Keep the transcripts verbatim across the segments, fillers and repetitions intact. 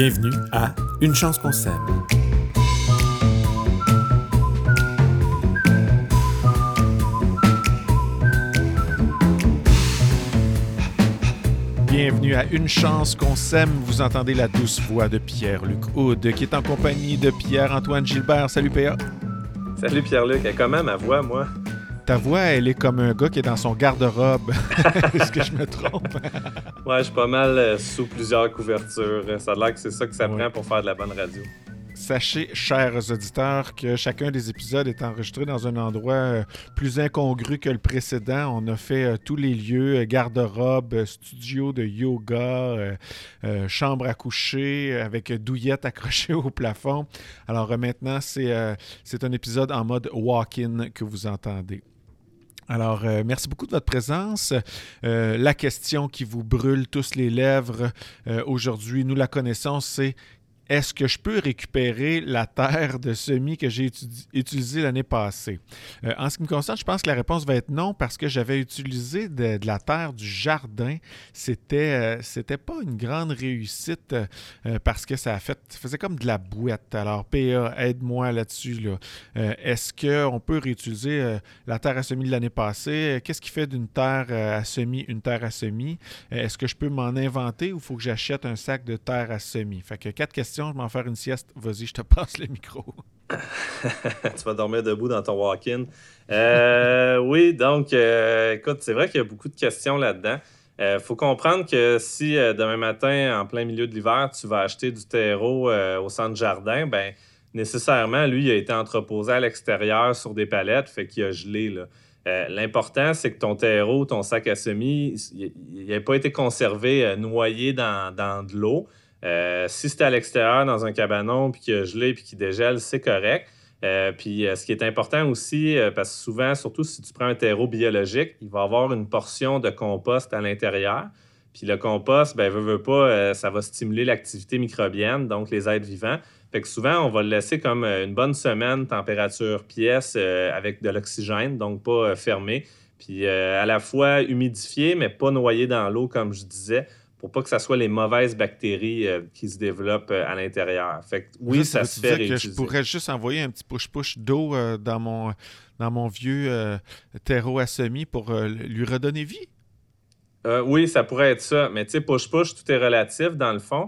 Bienvenue à Une chance qu'on s'aime. Bienvenue à Une chance qu'on s'aime. Vous entendez la douce voix de Pierre-Luc Houde qui est en compagnie de Pierre-Antoine Gilbert. Salut P A. Salut Pierre-Luc. Elle est comment ma voix, moi? Ta voix, elle est comme un gars qui est dans son garde-robe. Est-ce que je me trompe? Ouais, je suis pas mal euh, sous plusieurs couvertures. Ça a l'air que c'est ça que ça ouais. prend pour faire de la bonne radio. Sachez, chers auditeurs, que chacun des épisodes est enregistré dans un endroit euh, plus incongru que le précédent. On a fait euh, tous les lieux, euh, garde-robe, euh, studio de yoga, euh, euh, chambre à coucher, euh, avec douillette accrochée au plafond. Alors euh, maintenant, c'est, euh, c'est un épisode en mode walk-in que vous entendez. Alors, euh, merci beaucoup de votre présence. Euh, la question qui vous brûle tous les lèvres euh, aujourd'hui, nous la connaissons, c'est: est-ce que je peux récupérer la terre de semis que j'ai étudi- utilisée l'année passée? Euh, en ce qui me concerne, je pense que la réponse va être non parce que j'avais utilisé de, de la terre du jardin. C'était, euh, c'était pas une grande réussite euh, parce que ça a fait, ça faisait comme de la bouette. Alors, P A, aide-moi là-dessus. Là. Euh, est-ce qu'on peut réutiliser euh, la terre à semis de l'année passée? Qu'est-ce qui fait d'une terre euh, à semis une terre à semis? Euh, est-ce que je peux m'en inventer ou il faut que j'achète un sac de terre à semis? Fait que quatre questions. Je vais m'en faire une sieste. Vas-y, je te passe le micro. Tu vas dormir debout dans ton walk-in. Euh, oui, donc, euh, écoute, c'est vrai qu'il y a beaucoup de questions là-dedans. Il euh, faut comprendre que si euh, demain matin, en plein milieu de l'hiver, tu vas acheter du terreau euh, au centre jardin, ben nécessairement, lui, il a été entreposé à l'extérieur sur des palettes, fait qu'il a gelé, là. Euh, l'important, c'est que ton terreau, ton sac à semis, il n'a pas été conservé euh, noyé dans, dans de l'eau. Euh, si c'est à l'extérieur, dans un cabanon, puis qu'il a gelé, puis qu'il dégèle, c'est correct. Euh, puis euh, ce qui est important aussi, euh, parce que souvent, surtout si tu prends un terreau biologique, il va avoir une portion de compost à l'intérieur. Puis le compost, ben veut, veut pas, euh, ça va stimuler l'activité microbienne, donc les êtres vivants. Fait que souvent, on va le laisser comme une bonne semaine, température pièce, euh, avec de l'oxygène, donc pas euh, fermé. Puis euh, à la fois humidifié, mais pas noyé dans l'eau, comme je disais, pour pas que ce soit les mauvaises bactéries euh, qui se développent euh, à l'intérieur. Fait que oui, Juste, ça se fait réutiliser. Que je pourrais juste envoyer un petit push-push d'eau euh, dans, mon, dans mon vieux euh, terreau à semis pour euh, lui redonner vie? Euh, oui, ça pourrait être ça. Mais tu sais, push-push, tout est relatif dans le fond.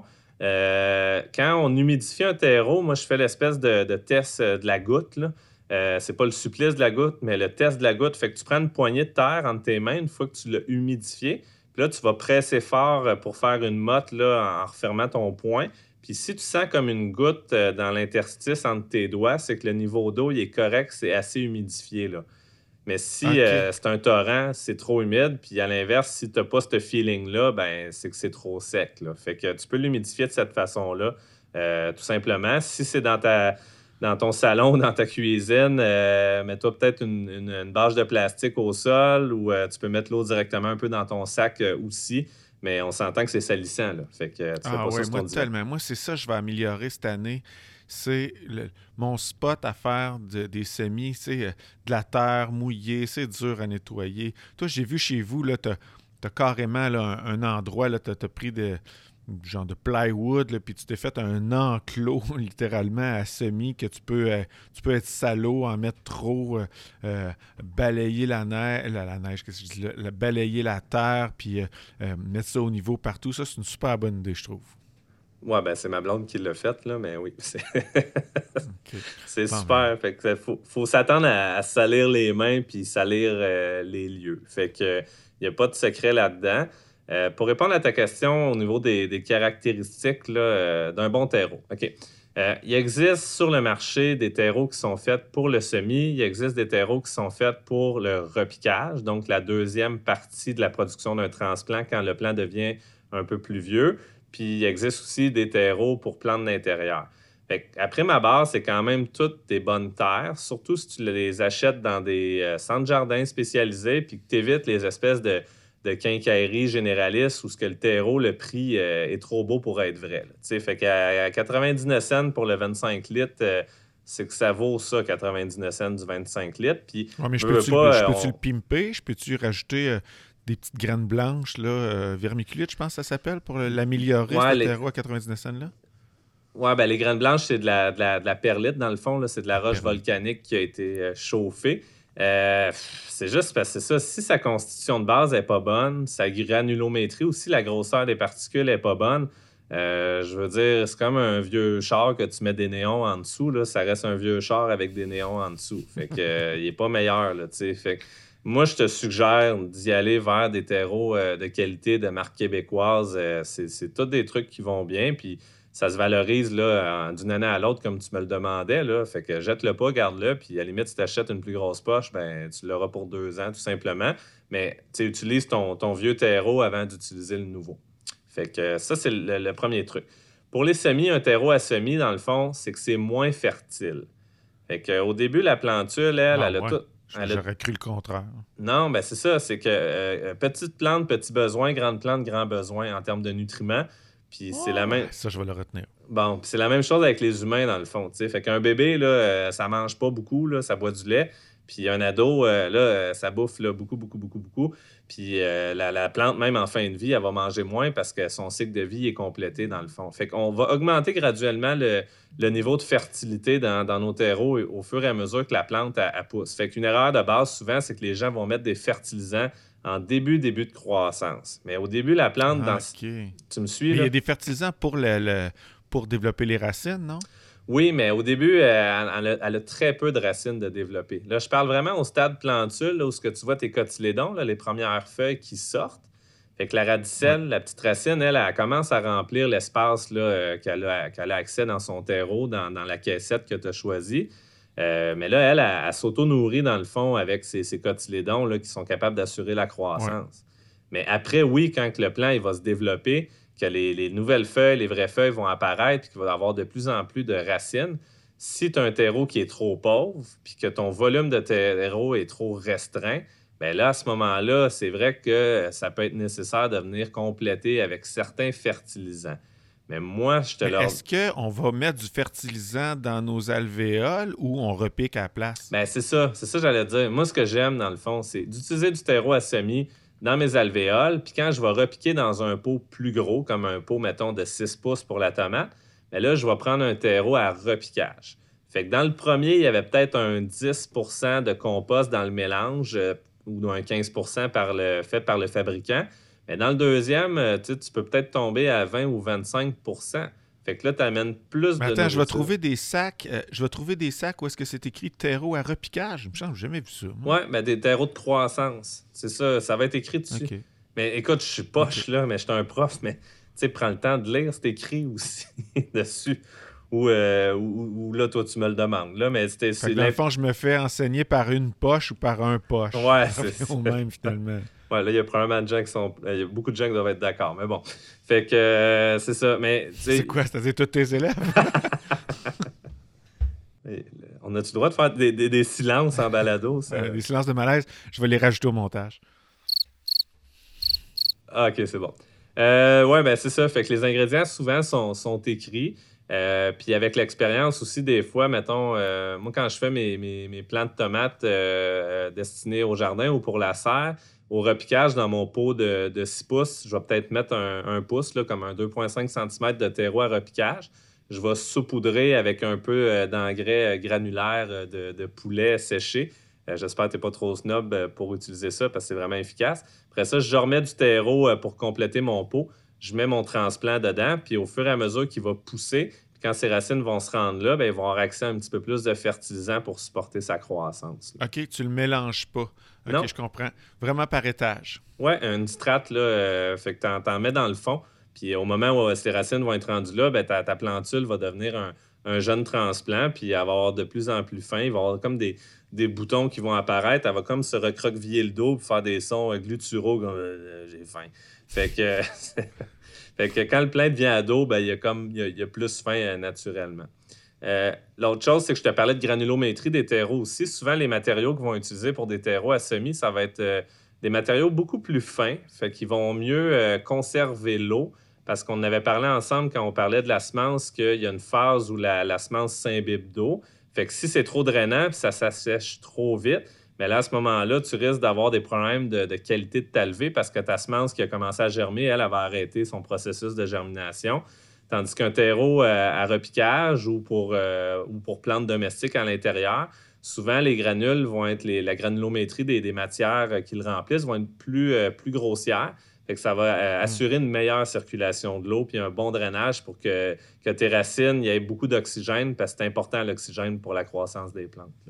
Euh, quand on humidifie un terreau, moi, je fais l'espèce de, de test de la goutte, là. Euh, c'est pas le supplice de la goutte, mais le test de la goutte. Fait que tu prends une poignée de terre entre tes mains une fois que tu l'as humidifié. Puis là, tu vas presser fort pour faire une motte là, en refermant ton poing. Puis si tu sens comme une goutte dans l'interstice entre tes doigts, c'est que le niveau d'eau il est correct, c'est assez humidifié, là. Mais si okay. euh, c'est un torrent, c'est trop humide. Puis à l'inverse, si tu n'as pas ce feeling-là, ben c'est que c'est trop sec, là. Fait que tu peux l'humidifier de cette façon-là, euh, tout simplement. Si c'est dans ta... dans ton salon, dans ta cuisine, euh, mets-toi peut-être une, une, une bâche de plastique au sol ou euh, tu peux mettre l'eau directement un peu dans ton sac euh, aussi. Mais on s'entend que c'est salissant, là. Fait que tu fais ah pas ouais, ça sur moi ton tellement. Moi, c'est ça que je vais améliorer cette année. C'est le, mon spot à faire de, des semis, c'est euh, de la terre mouillée, c'est dur à nettoyer. Toi, j'ai vu chez vous, tu as carrément là, un, un endroit, tu as pris de... genre de plywood, là, puis tu t'es fait un enclos, littéralement, à semis, que tu peux, euh, tu peux être salaud, en mettre trop, euh, euh, balayer la neige, la, la neige, qu'est-ce que je dis là, la, balayer la terre, puis euh, euh, mettre ça au niveau partout. Ça, c'est une super bonne idée, je trouve. Ouais, ben c'est ma blonde qui l'a fait, là, mais oui. C'est, okay. c'est bon, super. ben... Fait que faut, faut s'attendre à, à salir les mains puis salir euh, les lieux. Fait que il n'y a pas de secret là-dedans. Euh, pour répondre à ta question au niveau des, des caractéristiques là, euh, d'un bon terreau. OK. Euh, il existe sur le marché des terreaux qui sont faits pour le semis. Il existe des terreaux qui sont faits pour le repiquage, donc la deuxième partie de la production d'un transplant quand le plant devient un peu plus vieux. Puis il existe aussi des terreaux pour plantes d'intérieur. Fait après ma base, c'est quand même toutes des bonnes terres, surtout si tu les achètes dans des euh, centres jardins spécialisés puis que tu évites les espèces de, de quincailleries généralistes où ce que le terreau, le prix euh, est trop beau pour être vrai. Fait qu'à à quatre-vingt-dix-neuf cents pour le vingt-cinq litres, euh, c'est que ça vaut ça, quatre-vingt-dix-neuf cents du vingt-cinq litres. Puis, ouais, mais je veux peux-tu, pas, le, je euh, peux-tu on... le pimper? Je peux-tu rajouter euh, des petites graines blanches, là, euh, vermiculite, je pense que ça s'appelle, pour l'améliorer, ouais, ce les... terreau à quatre-vingt-dix-neuf cents là? Ouais, ben les graines blanches, c'est de la, de la, de la perlite, dans le fond. Là. C'est de la La roche perlite. volcanique qui a été euh, chauffée. Euh, c'est juste parce que c'est ça. Si sa constitution de base n'est pas bonne, sa granulométrie aussi, la grosseur des particules n'est pas bonne, euh, je veux dire, c'est comme un vieux char que tu mets des néons en dessous. Là, ça reste un vieux char avec des néons en dessous. Fait que, euh, il n'est pas meilleur, là, tu sais. Fait que moi, je te suggère d'y aller vers des terreaux euh, de qualité, de marque québécoise. Euh, c'est, c'est tous des trucs qui vont bien. Puis ça se valorise là, en- d'une année à l'autre, comme tu me le demandais. Là. Fait que jette-le pas, garde-le. Puis à la limite, si tu achètes une plus grosse poche, ben, tu l'auras pour deux ans, tout simplement. Mais tu sais, utilise ton, ton vieux terreau avant d'utiliser le nouveau. Fait que ça, c'est le, le premier truc. Pour les semis, un terreau à semis, dans le fond, c'est que c'est moins fertile. Fait que, au début, la plantule, elle, Ah elle a ouais, tout. J- Elle a j'aurais cru le contraire. non, ben c'est ça, c'est que euh, petite plante, petit besoin, grande plante, grand besoin en termes de nutriments. Puis c'est la Ouais, même. ça, je vais le retenir. Bon, puis c'est la même chose avec les humains, dans le fond. Tu sais. Fait qu'un bébé, là, euh, ça mange pas beaucoup, là, ça boit du lait. Puis un ado, euh, là, euh, ça bouffe là, beaucoup, beaucoup, beaucoup, beaucoup. Puis euh, la, la plante, même en fin de vie, elle va manger moins parce que son cycle de vie est complété, dans le fond. Fait qu'on va augmenter graduellement le, le niveau de fertilité dans, dans nos terreaux au fur et à mesure que la plante, elle, elle pousse. Fait qu'une erreur de base, souvent, c'est que les gens vont mettre des fertilisants en début, début de croissance. Mais au début, la plante, dans... Ah, OK. Mais tu me suis, il y là? a des fertilisants pour, le, le- pour développer les racines, non? Oui, mais au début, euh, elle, elle a, elle a très peu de racines de développer. Là, je parle vraiment au stade plantule, là, où ce que tu vois tes cotylédons, là, les premières feuilles qui sortent. Fait que la Ouais. radicelle, la petite racine, elle, elle commence à remplir l'espace là, euh, qu'elle a, qu'elle a accès dans son terreau, dans, dans la caissette que tu as choisie. Euh, mais là, elle, elle, elle s'auto-nourrit dans le fond avec ses, ses cotylédons là, qui sont capables d'assurer la Ouais. croissance. Mais après, oui, quand que le plant il va se développer, que les, les nouvelles feuilles, les vraies feuilles vont apparaître, puis qu'il va y avoir de plus en plus de racines, si tu as un terreau qui est trop pauvre, puis que ton volume de terreau est trop restreint, bien là, à ce moment-là, c'est vrai que ça peut être nécessaire de venir compléter avec certains fertilisants. Mais moi, je te Mais leur... est-ce qu'on va mettre du fertilisant dans nos alvéoles ou on repique à la place? Ben, c'est ça, c'est ça que j'allais dire. Moi, ce que j'aime, dans le fond, c'est d'utiliser du terreau à semis dans mes alvéoles, puis quand je vais repiquer dans un pot plus gros, comme un pot, mettons, de six pouces pour la tomate, mais là, je vais prendre un terreau à repiquage. Fait que dans le premier, il y avait peut-être un dix pour cent de compost dans le mélange, euh, ou un quinze pour cent par le, fait par le fabricant. Mais dans le deuxième, euh, tu sais, tu peux peut-être tomber à vingt ou vingt-cinq pour cent. Fait que là, tu amènes plus Mais de attends, je vais nourriture. trouver des sacs. euh, je vais trouver des sacs où est-ce que c'est écrit terreau à repiquage. Je me semble que j'ai jamais vu ça, moi. Ouais, ben des terreaux de croissance. C'est ça, ça va être écrit dessus. OK. Mais écoute, je suis OK. poche, là, mais je suis un prof, mais tu sais, prends le temps de lire, c'est écrit aussi dessus. Ou, euh, ou, ou là, toi, tu me le demandes. Là, mais c'était, Fait c'est que dans le l'inf- fond, je me fais enseigner par une poche ou par un poche. Ouais, Ça c'est revient ça. au même, finalement. Ouais, là, il y a probablement de gens qui sont. Il y a beaucoup de gens qui doivent être d'accord, mais bon. Fait que euh, c'est ça. Mais, tu C'est sais, quoi? C'est-à-dire tous tes élèves? on a-tu le droit de faire des, des- des silences en balado? Ça... Euh, des silences de malaise. Je vais les rajouter au montage. Ah, ok, c'est bon. Euh, ouais, ben c'est ça. Fait que les ingrédients, souvent, sont, sont écrits. Euh, puis avec l'expérience aussi, des fois, mettons, euh, moi, quand je fais mes, mes, mes plants de tomates euh, euh, destinés au jardin ou pour la serre, au repiquage dans mon pot de, de six pouces, je vais peut-être mettre un, un pouce, là, comme un deux virgule cinq centimètres de terreau à repiquage. Je vais saupoudrer avec un peu euh, d'engrais euh, granulaire euh, de, de poulet séché. Euh, j'espère que tu n'es pas trop snob euh, pour utiliser ça parce que c'est vraiment efficace. Après ça, je remets du terreau euh, pour compléter mon pot. Je mets mon transplant dedans, puis au fur et à mesure qu'il va pousser, puis quand ses racines vont se rendre là, bien, ils vont avoir accès à un petit peu plus de fertilisant pour supporter sa croissance. Là. OK, tu le mélanges pas. OK, Non? je comprends. Vraiment par étage. Ouais, une strate, là, euh, fait que t'en, t'en mets dans le fond. Puis au moment où euh, ces racines vont être rendues là, ben, ta, ta plantule va devenir un, un jeune transplant, puis elle va avoir de plus en plus fin. Il va y avoir comme des, des boutons qui vont apparaître. Elle va comme se recroqueviller le dos pour faire des sons euh, gluturaux comme euh, j'ai faim. Fait que, fait que quand le plant devient ado, ben, il y a comme il y a, il y a plus faim euh, naturellement. Euh, l'autre chose, c'est que je te parlais de granulométrie des terreaux aussi. Souvent, les matériaux qu'ils vont utiliser pour des terreaux à semis, ça va être euh, des matériaux beaucoup plus fins, fait qu'ils vont mieux euh, conserver l'eau, parce qu'on avait parlé ensemble quand on parlait de la semence qu'il y a une phase où la, la semence s'imbibe d'eau. Fait que si c'est trop drainant puis ça s'assèche trop vite, mais là, à ce moment-là, tu risques d'avoir des problèmes de, de qualité de ta levée parce que ta semence qui a commencé à germer, elle, elle va arrêter son processus de germination. Tandis qu'un terreau à, à repiquage ou pour, euh, ou pour plantes domestiques à l'intérieur, souvent les granules vont être, les, la granulométrie des, des matières euh, qui le remplissent vont être plus, euh, plus grossières. Fait que ça va euh, Hmm. assurer une meilleure circulation de l'eau puis un bon drainage pour que, que tes racines, il y ait beaucoup d'oxygène parce que c'est important l'oxygène pour la croissance des plantes. Là.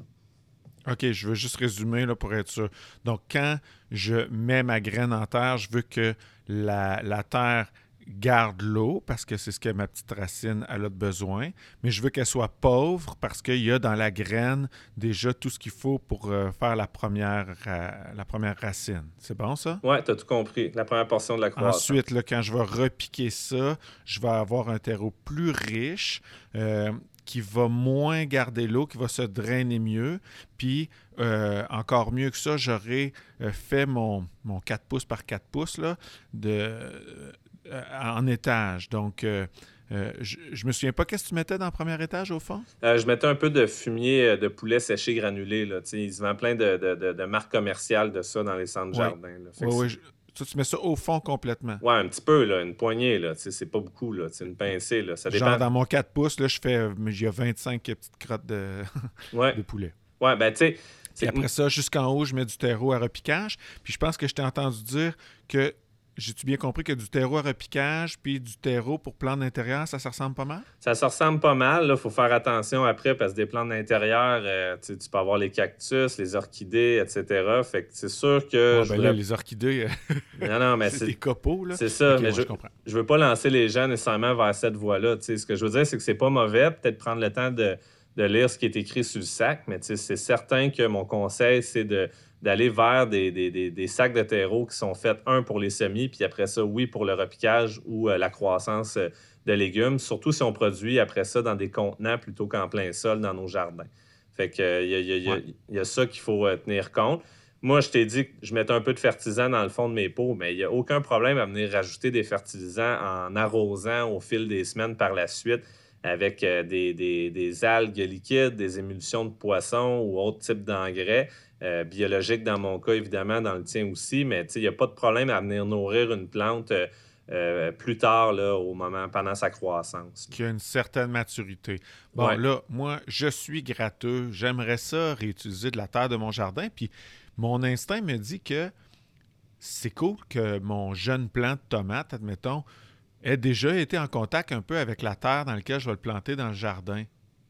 OK, je veux juste résumer là, pour être sûr. Donc, quand je mets ma graine en terre, je veux que la, la terre garde l'eau parce que c'est ce que ma petite racine elle a besoin, mais je veux qu'elle soit pauvre parce qu'il y a dans la graine déjà tout ce qu'il faut pour euh, faire la première, ra- la première racine. C'est bon, ça? Oui, tu as tout compris. La première portion de la croissance. Ensuite, là, quand je vais repiquer ça, je vais avoir un terreau plus riche euh, qui va moins garder l'eau, qui va se drainer mieux. Puis, euh, encore mieux que ça, j'aurai euh, fait mon, mon quatre pouces par quatre pouces là, de, euh, en étage. Donc, euh, euh, je, je me souviens pas, qu'est-ce que tu mettais dans le premier étage au fond? Euh, je mettais un peu de fumier euh, de poulet séché granulé. Là. Tu sais, il se vend plein de, de, de- de marques commerciales de ça dans les centres Oui. jardins. Là. Fait Oui, que oui. c'est- je- ça, tu mets ça au fond complètement. ouais, un petit peu, là, une poignée. Là. Tu sais, c'est pas beaucoup. Là. C'est une pincée. Là. Ça Genre, dépend. dans mon quatre pouces, là, je fais, euh, il y a vingt-cinq petites crottes de, Ouais, de poulet. ouais, ben tu sais, Puis c'est après ça, jusqu'en haut, je mets du terreau à repiquage. Puis je pense que je t'ai entendu dire que, j'ai-tu bien compris que du terreau à repiquage puis du terreau pour plantes d'intérieur, ça se ressemble pas mal? ça se ressemble pas mal. Il faut faire attention après parce que des plantes d'intérieur, euh, tu sais, tu peux avoir les cactus, les orchidées, et cetera. Fait que c'est sûr que Ouais, je ben là, voudrais. les orchidées, euh, Non, non, mais c'est c'est des copeaux, là. c'est ça. OK, Mais ouais, je je comprends. je veux pas lancer les gens nécessairement vers cette voie-là. Tu sais, ce que je veux dire, c'est que c'est pas mauvais. Peut-être prendre le temps de, de lire ce qui est écrit sur le sac, mais tu sais, c'est certain que mon conseil, c'est de, d'aller vers des, des, des, des sacs de terreau qui sont faits, un, pour les semis, puis après ça, oui, pour le repiquage ou euh, la croissance euh, de légumes, surtout si on produit après ça dans des contenants plutôt qu'en plein sol dans nos jardins. Fait que, euh, il y a, il y a- il y a- Ouais. il y a ça qu'il faut euh, tenir compte. Moi, je t'ai dit que je mettais un peu de fertilisant dans le fond de mes pots, mais il n'y a aucun problème à venir rajouter des fertilisants en arrosant au fil des semaines par la suite avec euh, des, des- des algues liquides, des émulsions de poissons ou autres types d'engrais. Euh, biologiques dans mon cas, évidemment, dans le tien aussi, mais tu sais, il n'y a pas de problème à venir nourrir une plante euh, euh, plus tard, là, au moment, pendant sa croissance. Qui a une certaine maturité. Bon, Ouais. là, moi, je suis gratteux. J'aimerais ça réutiliser de la terre de mon jardin. Puis mon instinct me dit que c'est cool que mon jeune plant de tomate, admettons, ait déjà été en contact un peu avec la terre dans laquelle je vais le planter dans le jardin.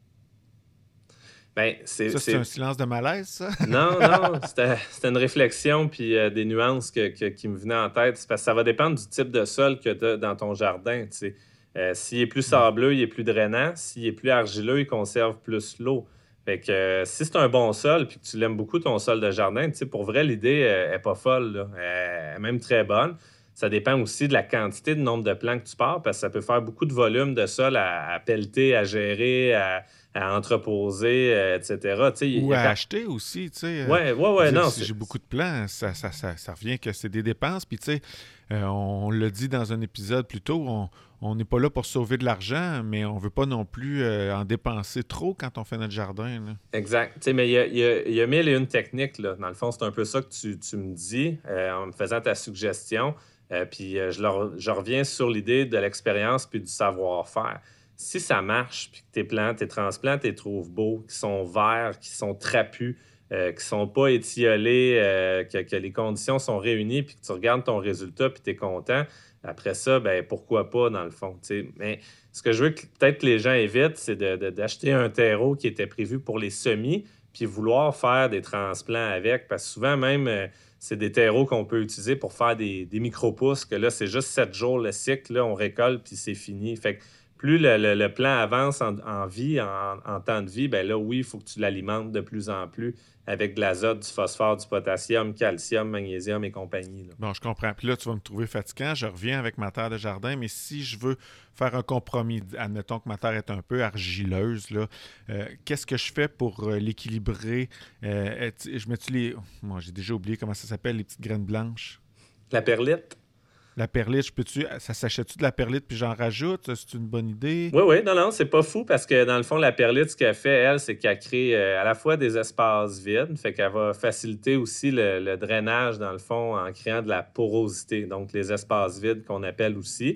Ben, c'est, Ça, c'est un c'est... silence de malaise, ça? Non, non, c'était, c'était une réflexion puis euh, des nuances que- que- qui me venaient en tête. C'est parce que ça va dépendre du type de sol que tu as dans ton jardin. Tu sais. Euh, s'il est plus Hmm. sableux, il est plus drainant. S'il est plus argileux, il conserve plus l'eau. Fait que euh, si c'est un bon sol puis que tu l'aimes beaucoup, ton sol de jardin, tu sais, pour vrai, l'idée euh, est pas folle, là. Elle est même très bonne. Ça dépend aussi de la quantité de nombre de plants que tu pars parce que ça peut faire beaucoup de volume de sol à, à pelleter, à gérer, à, à entreposer, euh, et cetera. Tu sais, il Ou y a à quand- acheter aussi, tu sais. euh, Ouais, ouais, je ouais, veux dire, non, si c'est... j'ai beaucoup de plans, ça, ça, ça, ça revient que c'est des dépenses. Puis, tu sais, euh, on l'a dit dans un épisode plus tôt, on on n'est pas là pour sauver de l'argent, mais on veut pas non plus euh, en dépenser trop quand on fait notre jardin, là. Exact. Tu sais, mais il y a, il y a- il y a mille et une techniques, là. Dans le fond, c'est un peu ça que tu, tu me dis euh, en me faisant ta suggestion. Euh, puis euh, je, leur- je reviens sur l'idée de l'expérience puis du savoir-faire. Si ça marche, puis que tes plants, tes transplants, tu les trouves beaux, qui sont verts, qui sont trapus, euh, qui sont pas étiolés, euh, que, que les conditions sont réunies, puis que tu regardes ton résultat, puis tu es content, après ça, ben pourquoi pas, dans le fond, tu sais. Mais ce que je veux que peut-être que les gens évitent, c'est de- de- d'acheter un terreau qui était prévu pour les semis, puis vouloir faire des transplants avec, parce que souvent même, euh, c'est des terreaux qu'on peut utiliser pour faire des, des micro-pousses, que là, c'est juste sept jours le cycle, là, on récolte, puis c'est fini. Fait que plus le, le- le plant avance en, en vie, en, en temps de vie, ben là, oui, il faut que tu l'alimentes de plus en plus avec de l'azote, du phosphore, du potassium, calcium, magnésium et compagnie, là. Bon, je comprends. Puis là, tu vas me trouver fatigant. Je reviens avec ma terre de jardin, mais si je veux faire un compromis, admettons que ma terre est un peu argileuse, là, euh, qu'est-ce que je fais pour euh, l'équilibrer? Euh, est- je mets-tu les... Moi, j'ai déjà oublié comment ça s'appelle, les petites graines blanches. La perlite? La perlite, je peux-tu... Ça s'achète-tu de la perlite puis j'en rajoute? C'est une bonne idée? Oui, oui, non, non, c'est pas fou parce que dans le fond, la perlite, ce qu'elle fait, elle, c'est qu'elle crée euh, à la fois des espaces vides, fait qu'elle va faciliter aussi le, le drainage, dans le fond, en créant de la porosité, donc les espaces vides qu'on appelle aussi.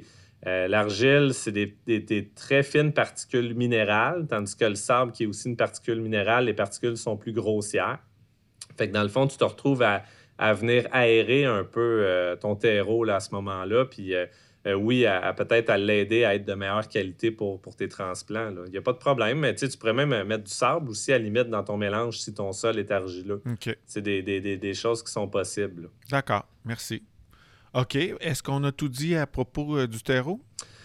Euh, l'argile, c'est des, des- des très fines particules minérales, tandis que le sable, qui est aussi une particule minérale, les particules sont plus grossières. Fait que dans le fond, tu te retrouves à, à venir aérer un peu euh, ton terreau là, à ce moment-là. Puis euh, euh, oui, à, à peut-être à l'aider à être de meilleure qualité pour, pour tes transplants, là. Il n'y a pas de problème, mais tu sais, tu pourrais même euh, mettre du sable aussi à la limite dans ton mélange si ton sol est argileux. OK. C'est des, des- des- des choses qui sont possibles, là. D'accord. Merci. OK. Est-ce qu'on a tout dit à propos euh, du terreau?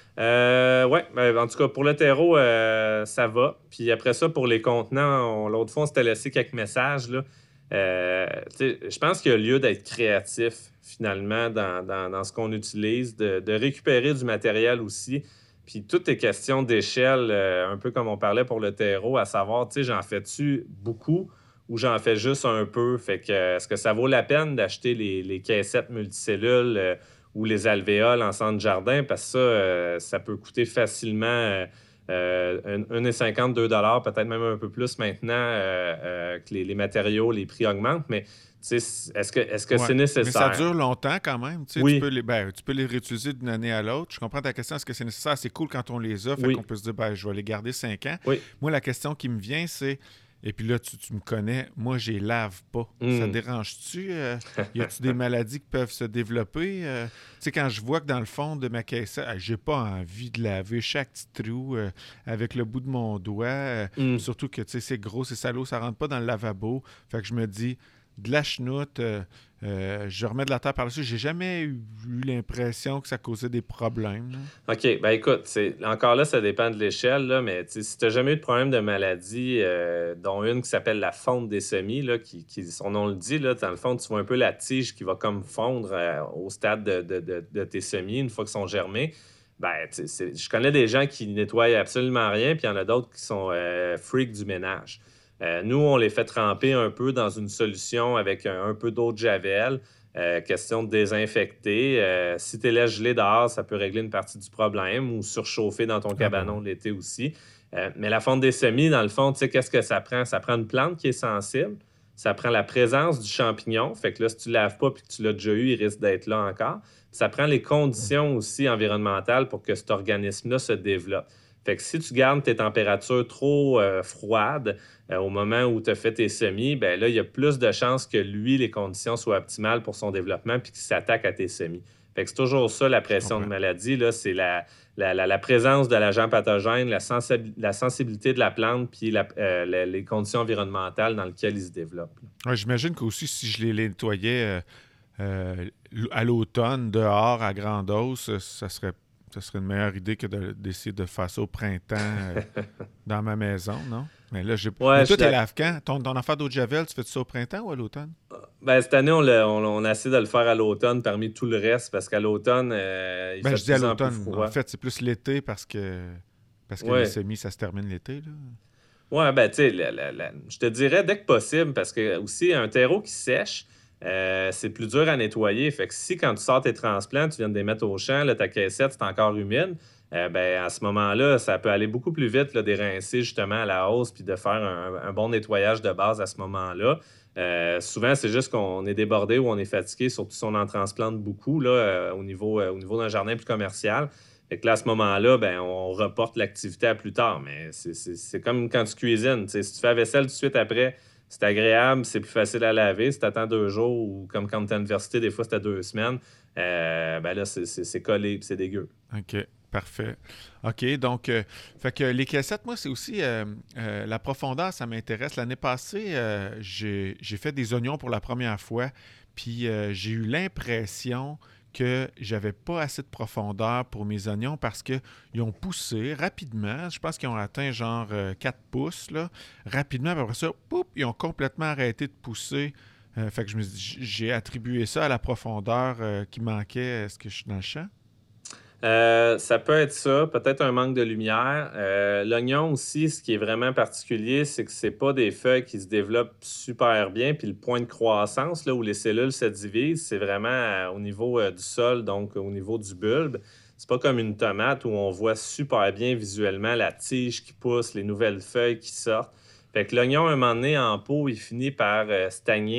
Euh, ouais, ben, en tout cas, pour le terreau, euh, ça va. Puis après ça, pour les contenants, on- l'autre fois, on s'était laissé quelques messages, là. Euh, tu sais, je pense qu'il y a lieu d'être créatif, finalement, dans, dans- dans ce qu'on utilise, de, de récupérer du matériel aussi. Puis tout est question d'échelle, euh, un peu comme on parlait pour le terreau, à savoir, tu sais, j'en fais-tu beaucoup ou j'en fais juste un peu? Fait que, euh, est-ce que ça vaut la peine d'acheter les, les caissettes multicellules? Euh, ou les alvéoles en centre jardin, parce que ça, euh, ça peut coûter facilement euh, euh, un virgule cinquante, deux dollars, peut-être même un peu plus maintenant euh, euh, que les, les matériaux, les prix augmentent. Mais tu sais, est-ce que est-ce que Ouais. c'est Mais ça nécessaire? dure longtemps quand même. Tu sais, tu peux Oui, les, ben, tu peux les réutiliser d'une année à l'autre. Je comprends ta question. Est-ce que c'est nécessaire? C'est cool quand on les a, fait qu'on oui, peut se dire, ben, je vais les garder cinq ans. oui. Moi, la question qui me vient, c'est, et puis là, tu, tu me connais, moi, je les lave pas. Ça te Hmm. dérange-tu? Euh, y a-tu des maladies qui peuvent se développer? Euh, tu sais, quand je vois que dans le fond de ma caisse, ah, j'ai pas envie de laver chaque petit trou euh, avec le bout de mon doigt. Euh, Hmm. surtout que, tu sais, c'est gros, c'est salaud, ça rentre pas dans le lavabo. Fait que je me dis, de la chenoute, euh, euh, je remets de la terre par-dessus. J'ai jamais eu, eu l'impression que ça causait des problèmes, là. OK, ben écoute, c'est, encore là, ça dépend de l'échelle, là, mais tu sais, si tu n'as jamais eu de problème de maladie, euh, dont une qui s'appelle la fonte des semis, là, qui, qui- son nom le dit, là, dans le fond, tu vois un peu la tige qui va comme fondre euh, au stade de, de- de- de tes semis une fois qu'ils sont germés. Ben, tu sais, c'est- je connais des gens qui nettoient absolument rien, puis il y en a d'autres qui sont euh, freaks du ménage. Euh, nous, on les fait tremper un peu dans une solution avec un, un peu d'eau de javel. Euh, question de désinfecter. Euh, si tu es là gelé dehors, ça peut régler une partie du problème ou surchauffer dans ton Ah ben cabanon oui. l'été aussi. Euh, mais la fonte des semis, dans le fond, tu sais, qu'est-ce que ça prend? Ça prend une plante qui est sensible. Ça prend la présence du champignon. Fait que là, si tu ne laves pas et que tu l'as déjà eu, il risque d'être là encore. Ça prend les conditions aussi environnementales pour que cet organisme-là se développe. Fait que si tu gardes tes températures trop euh, froides, euh, au moment où tu as fait tes semis, ben là, il y a plus de chances que lui, les conditions soient optimales pour son développement puis qu'il s'attaque à tes semis. Fait que c'est toujours ça, la Je pression de comprends. maladie, là, c'est la, la, la- la présence de l'agent pathogène, la, sensibi- la sensibilité de la plante puis la- euh, la- les conditions environnementales dans lesquelles il se développe, là. Ouais, j'imagine qu'aussi, si je les nettoyais euh, euh, à l'automne, dehors, à grande hausse, euh, ça serait, ça serait une meilleure idée que de- d'essayer de faire ça au printemps euh, dans ma maison, non? Mais là, j'ai... Ouais, Mais je toi, suis t'es d'accord. lave quand? Ton, ton affaire d'eau de Javel, tu fais ça au printemps ou à l'automne? Ben, cette année, on, l'a- on, on a essayé de le faire à l'automne parmi tout le reste parce qu'à l'automne, euh, il Ben, fait je de dis à plus en plus l'automne. En froid. fait, c'est plus l'été parce que parce que les Ouais. semis, ça se termine l'été, là. Ouais, ben, tu sais, la- la- la- je te dirais dès que possible, parce que aussi, un terreau qui sèche, euh, c'est plus dur à nettoyer. Fait que si, quand tu sors tes transplants, tu viens de les mettre au champ, là, ta caissette, c'est encore humide, euh, ben, à ce moment-là, ça peut aller beaucoup plus vite, là, d'érincer justement à la hausse, puis de faire un, un bon nettoyage de base à ce moment-là. Euh, souvent, c'est juste qu'on est débordé ou on est fatigué, surtout si on en transplante beaucoup, là, euh, au niveau, euh, au niveau d'un jardin plus commercial. Fait que là, à ce moment-là, ben, on reporte l'activité à plus tard. Mais c'est c'est- c'est comme quand tu cuisines. Tu sais, si tu fais la vaisselle tout de suite après, c'est agréable, c'est plus facile à laver. Si tu attends deux jours ou comme quand tu es à l'université, des fois c'était deux semaines, euh, ben là, c'est c'est- c'est collé puis c'est dégueu. OK, parfait. OK, donc, euh, fait que les cassettes, moi, c'est aussi euh, euh, la profondeur, ça m'intéresse. L'année passée, euh, j'ai j'ai fait des oignons pour la première fois, puis euh, j'ai eu l'impression que j'avais pas assez de profondeur pour mes oignons parce qu'ils ont poussé rapidement. Je pense qu'ils ont atteint genre euh, quatre pouces, là. Rapidement, puis après ça, poup, ils ont complètement arrêté de pousser. Euh, fait que je me suis- j'ai attribué ça à la profondeur euh, qui manquait. Est-ce que je suis dans le champ? Euh, ça peut être ça, peut-être un manque de lumière. Euh, l'oignon aussi, ce qui est vraiment particulier, c'est que c'est pas des feuilles qui se développent super bien. Puis le point de croissance, là où les cellules se divisent, c'est vraiment euh, au niveau euh, du sol, donc au niveau du bulbe. C'est pas comme une tomate où on voit super bien visuellement la tige qui pousse, les nouvelles feuilles qui sortent. Fait que l'oignon, à un moment donné, en pot, il finit par euh, stagner.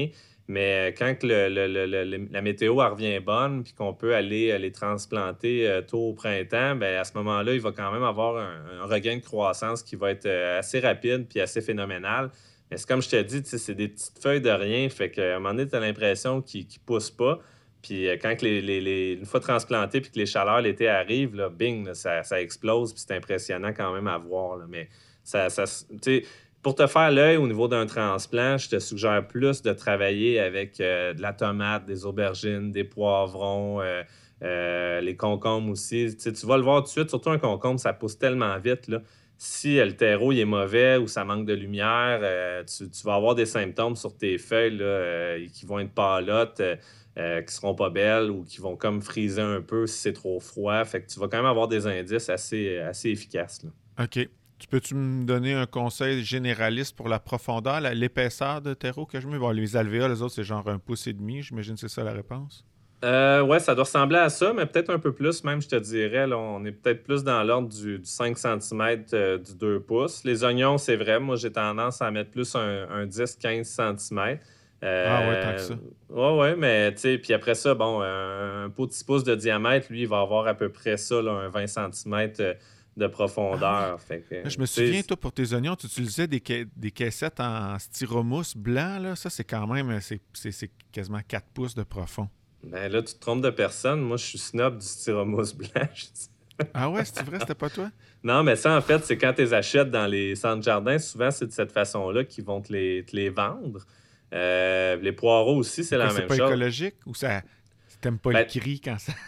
Mais quand que le, le- le- le- le- la météo elle revient bonne, puis qu'on peut aller euh, les transplanter euh, tôt au printemps, ben à ce moment-là, il va quand même avoir un, un regain de croissance qui va être euh, assez rapide puis assez phénoménal. Mais c'est comme je t'ai dit, tu sais, c'est des petites feuilles de rien, fait qu'à un moment donné, tu as l'impression qu'ils ne poussent pas. Puis euh, quand que les, les- les- une fois transplanté puis que les chaleurs l'été arrivent, là, bing, là, ça, ça explose, puis c'est impressionnant quand même à voir. Là. Mais ça, ça, s- tu sais, pour te faire l'œil au niveau d'un transplant, je te suggère plus de travailler avec euh, de la tomate, des aubergines, des poivrons, euh, euh, les concombres aussi. Tu sais, tu vas le voir tout de suite, surtout un concombre, ça pousse tellement vite, là. Si euh, le terreau il est mauvais ou ça manque de lumière, euh, tu, tu vas avoir des symptômes sur tes feuilles là, euh, qui vont être pâlottes, euh, euh, qui seront pas belles ou qui vont comme friser un peu si c'est trop froid. Fait que tu vas quand même avoir des indices assez, assez efficaces, là. OK. Tu peux-tu me donner un conseil généraliste pour la profondeur, la- l'épaisseur de terreau que je mets? Bon, les alvéoles, les autres, c'est genre un pouce et demi. J'imagine que c'est ça la réponse. Euh, ouais, ça doit ressembler à ça, mais peut-être un peu plus, même, je te dirais. Là, on est peut-être plus dans l'ordre du, du cinq centimètres, euh, du deux pouces. Les oignons, c'est vrai, moi, j'ai tendance à mettre plus un, un dix quinze centimètres. Ah ouais, tant que Euh, ça. ouais, ouais, mais tu sais, puis après ça, bon, un, un pot de six pouces de diamètre, lui, il va avoir à peu près ça, là, un vingt centimètres euh, de Ah oui. profondeur. Fait que, Là, je me tu souviens, sais, toi, pour tes oignons, tu utilisais des, ca- des caissettes en styromousse blanc, là. Ça, c'est quand même, c'est c'est- c'est quasiment quatre pouces de profond. ben là, tu te trompes de personne. Moi, je suis snob du styromousse blanc. Ah ouais, c'est vrai, c'était pas toi? Non, mais ça, en fait, c'est quand tu les achètes dans les centres jardins, souvent, c'est de cette façon-là qu'ils vont te les, te les vendre. Euh, les poireaux aussi, c'est Pourquoi la c'est même pas chose. écologique? Ou ça. T'aimes pas le Ben, cri quand ça.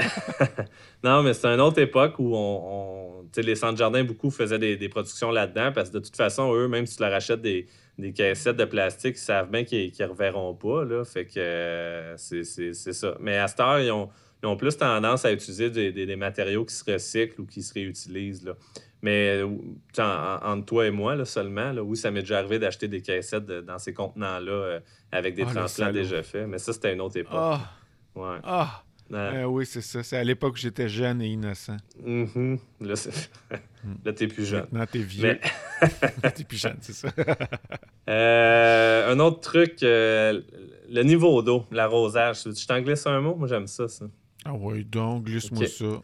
non, mais c'est une autre époque où on, on- tu sais, les centres jardins, beaucoup faisaient des, des productions là-dedans parce que de toute façon, eux, même si tu leur achètes des, des caissettes de plastique, ils savent bien qu'ils ne reverront pas. Là, fait que euh, c'est c'est- c'est ça. Mais à cette heure, ils ont, ils ont plus tendance à utiliser des, des- des matériaux qui se recyclent ou qui se réutilisent. Là. Mais euh, tu sais, en- en- entre toi et moi là, seulement, là, oui, ça m'est déjà arrivé d'acheter des caissettes de- dans ces contenants-là euh, avec des Ah, le transplants salaud. déjà faits. Mais ça, c'était une autre époque. Là. Ah! Ouais. Ah! Euh, Euh, oui, c'est ça. C'est à l'époque où j'étais jeune et innocent. mhm. Là, c'est- Hmm. là, t'es plus jeune. Maintenant, t'es Mais vieux. T'es plus jeune, c'est ça. euh, un autre truc, euh, le niveau d'eau, l'arrosage. Je t'en glisse un mot? Moi, j'aime ça, ça. Ah oui, donc, glisse-moi OK. ça.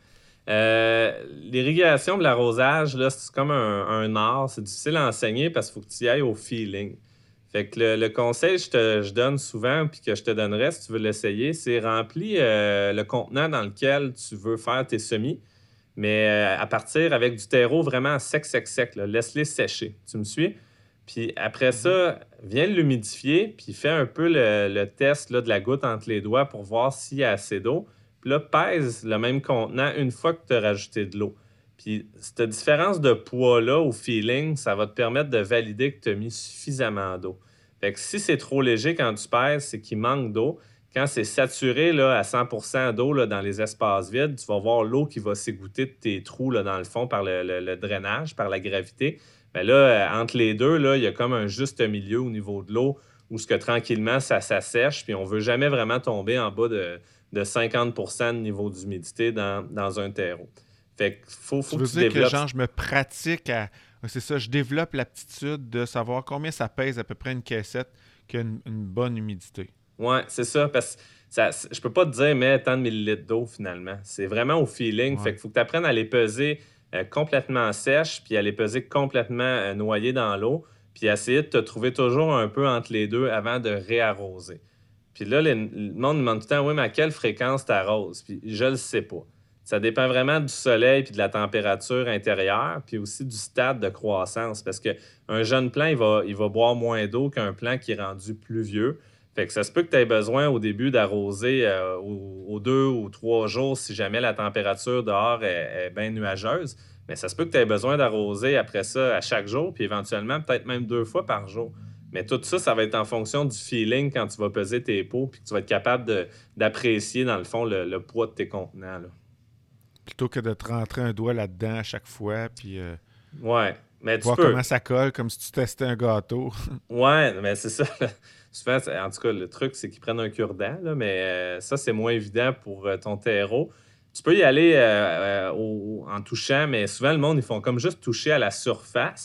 Euh, l'irrigation de l'arrosage, là, c'est comme un, un art. C'est difficile à enseigner parce qu'il faut que tu y ailles au feeling. Fait que le, le conseil que je te je donne souvent, puis que je te donnerais si tu veux l'essayer, c'est remplir euh, le contenant dans lequel tu veux faire tes semis, mais euh, à partir avec du terreau vraiment sec, sec, sec. Là. Laisse-les sécher. Tu me suis? Puis après Mhm. ça, viens l'humidifier, puis fais un peu le, le test là, de la goutte entre les doigts pour voir s'il y a assez d'eau. Puis là, pèse le même contenant une fois que tu as rajouté de l'eau. Puis cette différence de poids-là au feeling, ça va te permettre de valider que tu as mis suffisamment d'eau. Fait que si c'est trop léger quand tu pèses, c'est qu'il manque d'eau. Quand c'est saturé là, à cent pour cent d'eau là, dans les espaces vides, tu vas voir l'eau qui va s'égoutter de tes trous là, dans le fond par le, le- le drainage, par la gravité. Mais là, euh, entre les deux, là, il y a comme un juste milieu au niveau de l'eau où ce que tranquillement, ça s'assèche, puis on ne veut jamais vraiment tomber en bas de, de cinquante pour cent de niveau d'humidité dans, dans un terreau. Fait qu'il faut, Tu faut que veux tu dire que, développes. genre, je me pratique à. Ouais, c'est ça, je développe l'aptitude de savoir combien ça pèse à peu près une caissette qui a une, une bonne humidité. Ouais, c'est ça, parce que ça, c'est- je peux pas te dire, mais tant de millilitres d'eau finalement. C'est vraiment au feeling. Fait Ouais. qu'il faut que tu apprennes à les peser euh, complètement sèches, puis à les peser complètement euh, noyées dans l'eau, puis à essayer de te trouver toujours un peu entre les deux avant de réarroser. Puis là, les- le monde me demande tout le temps, oui, mais à quelle fréquence tu arroses? Puis je le sais pas. Ça dépend vraiment du soleil puis de la température intérieure, puis aussi du stade de croissance. Parce qu'un jeune plant, il va, il va boire moins d'eau qu'un plant qui est rendu plus vieux. Fait que ça se peut que tu aies besoin au début d'arroser euh, aux, aux deux ou trois jours si jamais la température dehors est, est bien nuageuse. Mais ça se peut que tu aies besoin d'arroser après ça à chaque jour, puis éventuellement peut-être même deux fois par jour. Mais tout ça, ça va être en fonction du feeling quand tu vas peser tes pots, puis que tu vas être capable de- d'apprécier, dans le fond, le, le poids de tes contenants. Là. Plutôt que de te rentrer un doigt là-dedans à chaque fois, puis euh, Ouais, mais tu voir comment peux. ça colle, comme si tu testais un gâteau. Ouais, mais c'est ça. Souvent, c'est- en tout cas, le truc, c'est qu'ils prennent un cure-dent, là, mais euh, ça, c'est moins évident pour euh, ton terreau. Tu peux y aller euh, euh, au- en touchant, mais souvent, le monde, ils font comme juste toucher à la surface.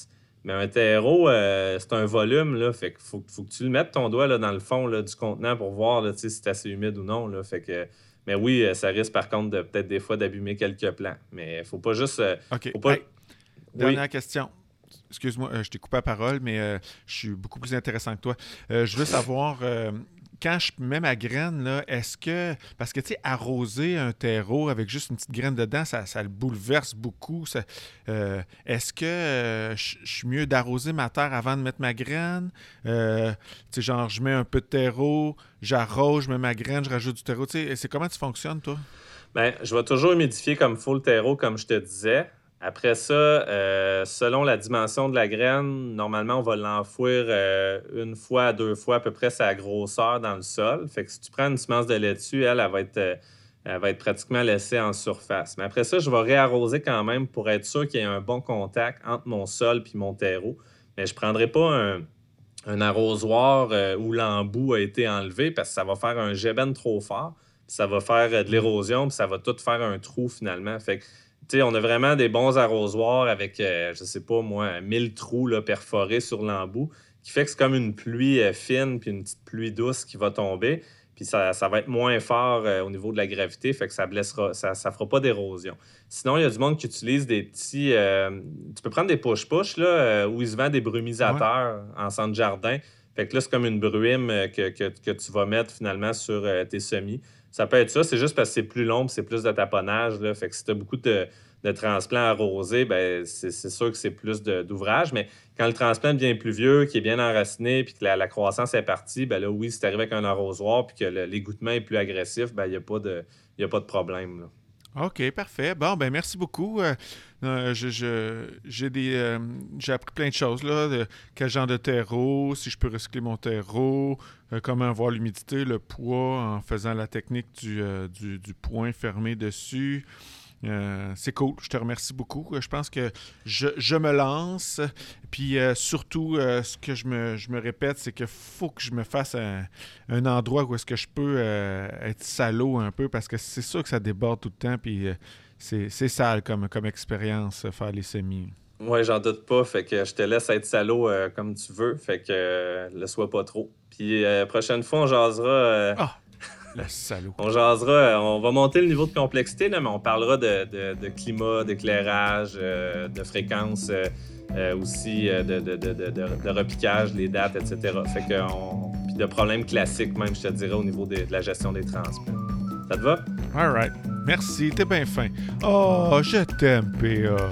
Mais un terreau, euh, c'est un volume, là, fait qu'il faut, faut que tu le mettes ton doigt là, dans le fond là, du contenant pour voir là, si c'est assez humide ou non. Là, fait que, mais oui, ça risque par contre de peut-être des fois d'abîmer quelques plants. Mais faut pas juste. Euh, OK. faut pas... Hey, oui. dernière question. Excuse-moi, euh, je t'ai coupé la parole, mais euh, je suis beaucoup plus intéressant que toi. Euh, je veux savoir, euh, quand je mets ma graine, là, est-ce que... Parce que, tu sais, arroser un terreau avec juste une petite graine dedans, ça, ça le bouleverse beaucoup. Ça, euh, est-ce que euh, je je suis mieux d'arroser ma terre avant de mettre ma graine? Euh, tu sais, genre, je mets un peu de terreau, j'arrose, je mets ma graine, je rajoute du terreau. Tu sais, c'est comment tu fonctionnes, toi? Bien, je vais toujours humidifier comme il faut le terreau, comme je te disais. Après ça, euh, selon la dimension de la graine, normalement, on va l'enfouir euh, une fois à deux fois à peu près sa grosseur dans le sol. Fait que si tu prends une semence de laitue, elle, elle va être, euh, elle va être pratiquement laissée en surface. Mais après ça, je vais réarroser quand même pour être sûr qu'il y ait un bon contact entre mon sol et mon terreau. Mais je ne prendrai pas un, un arrosoir euh, où l'embout a été enlevé parce que ça va faire un jet ben trop fort. Ça va faire euh, de l'érosion, puis ça va tout faire un trou finalement. Fait que tu sais, on a vraiment des bons arrosoirs avec, euh, je sais pas moi, mille trous là, perforés sur l'embout, qui fait que c'est comme une pluie euh, fine puis une petite pluie douce qui va tomber. Puis ça, ça va être moins fort euh, au niveau de la gravité, fait que ça blessera, ça, ça fera pas d'érosion. Sinon, il y a du monde qui utilise des petits... euh, tu peux prendre des push-push, là, euh, où ils se vendent des brumisateurs ouais. en centre jardin. Fait que là, c'est comme une brume euh, que, que, que tu vas mettre finalement sur euh, tes semis. Ça peut être ça, c'est juste parce que c'est plus long, c'est plus de taponnage. Là. Fait que si tu as beaucoup de, de transplants arrosés, ben c'est, c'est sûr que c'est plus de, d'ouvrage. Mais quand le transplant devient plus vieux, qui est bien enraciné, puis que la, la croissance est partie, ben là, oui, si tu arrives avec un arrosoir, puis que le, l'égouttement est plus agressif, ben il n'y a pas de, y a pas de problème. Là. OK, parfait. Bon, ben merci beaucoup. Euh, euh, je, je, j'ai, des, euh, j'ai appris plein de choses, là. De quel genre de terreau, si je peux recycler mon terreau, euh, comment avoir l'humidité, le poids en faisant la technique du, euh, du, du point fermé dessus. Euh, c'est cool, je te remercie beaucoup. Je pense que je, je me lance. Puis euh, surtout, euh, ce que je me, je me répète, c'est qu'il faut que je me fasse un, un endroit où est-ce que je peux euh, être salaud un peu, parce que c'est sûr que ça déborde tout le temps. Puis euh, c'est, c'est sale comme, comme expérience, faire les semis. Oui, j'en doute pas. Fait que je te laisse être salaud euh, comme tu veux. Fait que euh, le sois pas trop. Puis euh, prochaine fois, on jasera. Euh... Ah! Le salaud. On jasera, on va monter le niveau de complexité, là, mais on parlera de, de, de climat, d'éclairage, euh, de fréquence, euh, euh, aussi euh, de, de, de, de, de repiquage, les dates, et cetera. Fait que on... Puis de problèmes classiques, même, je te dirais, au niveau de, de la gestion des transplants. Ça te va? All right. Merci, t'es bien fin. Oh, je t'aime, P A.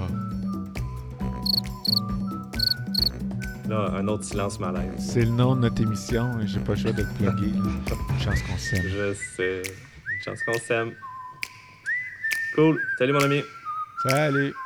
Là, un autre silence malaise. C'est le nom de notre émission. J'ai pas le choix de le plugger. Une chance qu'on s'aime. Je sais. Une chance qu'on s'aime. Cool. Salut, mon ami. Salut.